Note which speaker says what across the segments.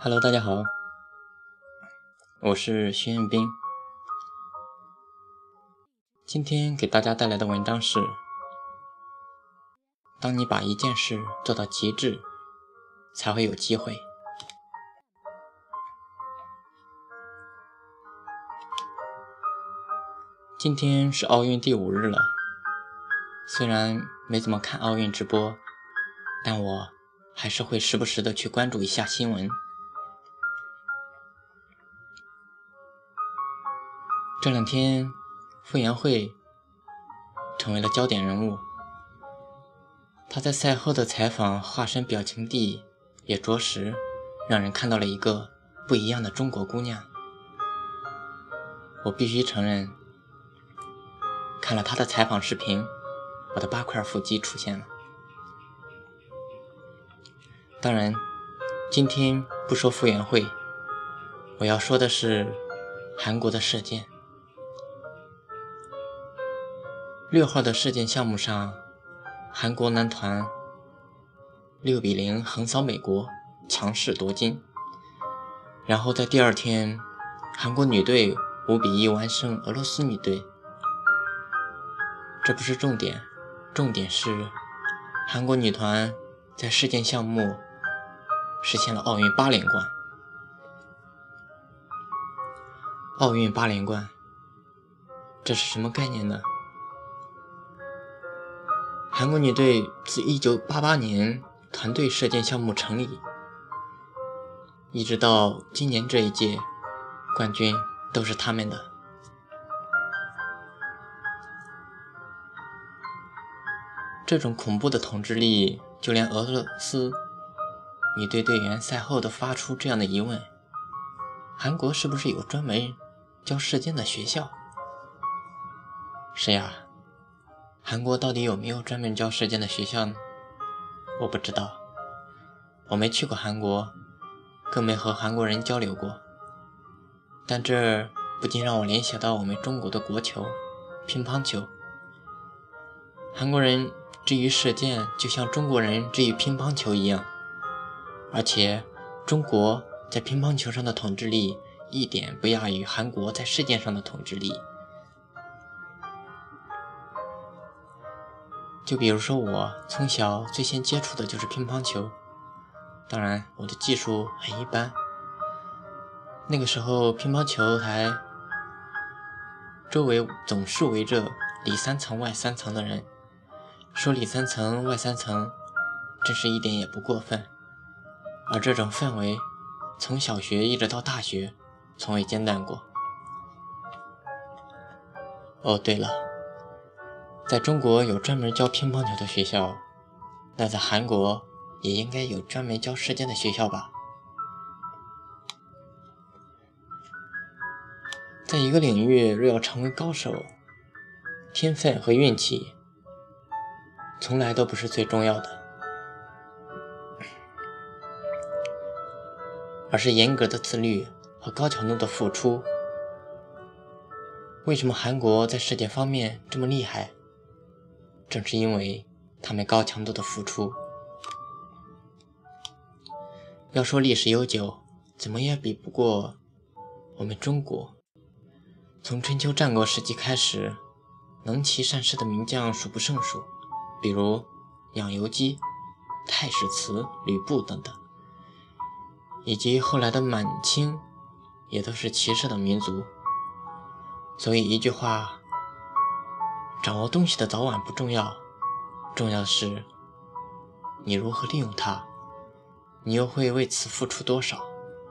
Speaker 1: Hello， 大家好，我是徐彦斌。今天给大家带来的文章是：当你把一件事做到极致，才会有机会。今天是奥运第5日了，虽然没怎么看奥运直播，但我还是会时不时的去关注一下新闻。这2天，傅园慧成为了焦点人物。她在赛后的采访化身表情帝，也着实让人看到了一个不一样的中国姑娘。我必须承认，看了她的采访视频，我的8块腹肌出现了。当然，今天不说傅园慧，我要说的是韩国的射箭。6号的射箭项目上，韩国男团6-0横扫美国，强势夺金。然后在第2天，韩国女队5-1完胜俄罗斯女队。这不是重点，重点是韩国女团在射箭项目实现了奥运8连冠。奥运8连冠，这是什么概念呢？韩国女队自1988年团队射箭项目成立，一直到今年这一届，冠军都是他们的。这种恐怖的统治力，就连俄罗斯女队队员赛后都发出这样的疑问：韩国是不是有专门教射箭的学校？是呀，韩国到底有没有专门教射箭的学校呢？我不知道，我没去过韩国，更没和韩国人交流过。但这不禁让我联想到我们中国的国球乒乓球。韩国人至于射箭就像中国人至于乒乓球一样，而且中国在乒乓球上的统治力一点不亚于韩国在射箭上的统治力。就比如说我从小最先接触的就是乒乓球，当然我的技术很一般。那个时候乒乓球台周围总是围着里3层外3层的人，说里3层外3层真是一点也不过分。而这种氛围从小学一直到大学从未间断过。哦对了，在中国有专门教乒乓球的学校，那在韩国也应该有专门教射箭的学校吧。在一个领域若要成为高手，天分和运气从来都不是最重要的，而是严格的自律和高强度的付出。为什么韩国在射箭方面这么厉害？正是因为他们高强度的付出。要说历史悠久，怎么也比不过我们中国。从春秋战国时期开始，能骑善射的名将数不胜数，比如养由基、太史慈、吕布等等，以及后来的满清，也都是骑射的民族。所以一句话，掌握东西的早晚不重要，重要的是你如何利用它，你又会为此付出多少。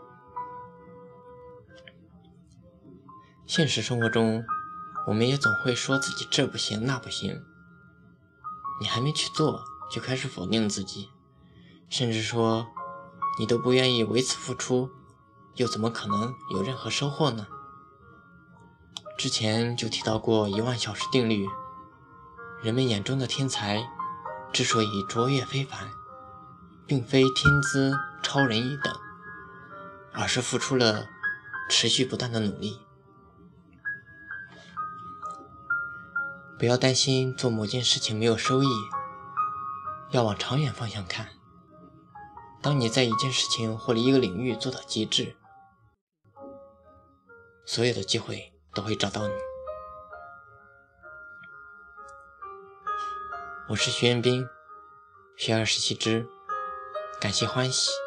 Speaker 1: 现实生活中，我们也总会说自己这不行那不行，你还没去做就开始否定自己，甚至说你都不愿意为此付出，又怎么可能有任何收获呢？之前就提到过10000小时定律，人们眼中的天才之所以卓越非凡，并非天资超人一等，而是付出了持续不断的努力。不要担心做某件事情没有收益，要往长远方向看。 当你在一件事情或者一个领域做到极致，所有的机会都会找到你。我是徐彦斌，学而时习之，感谢欢喜。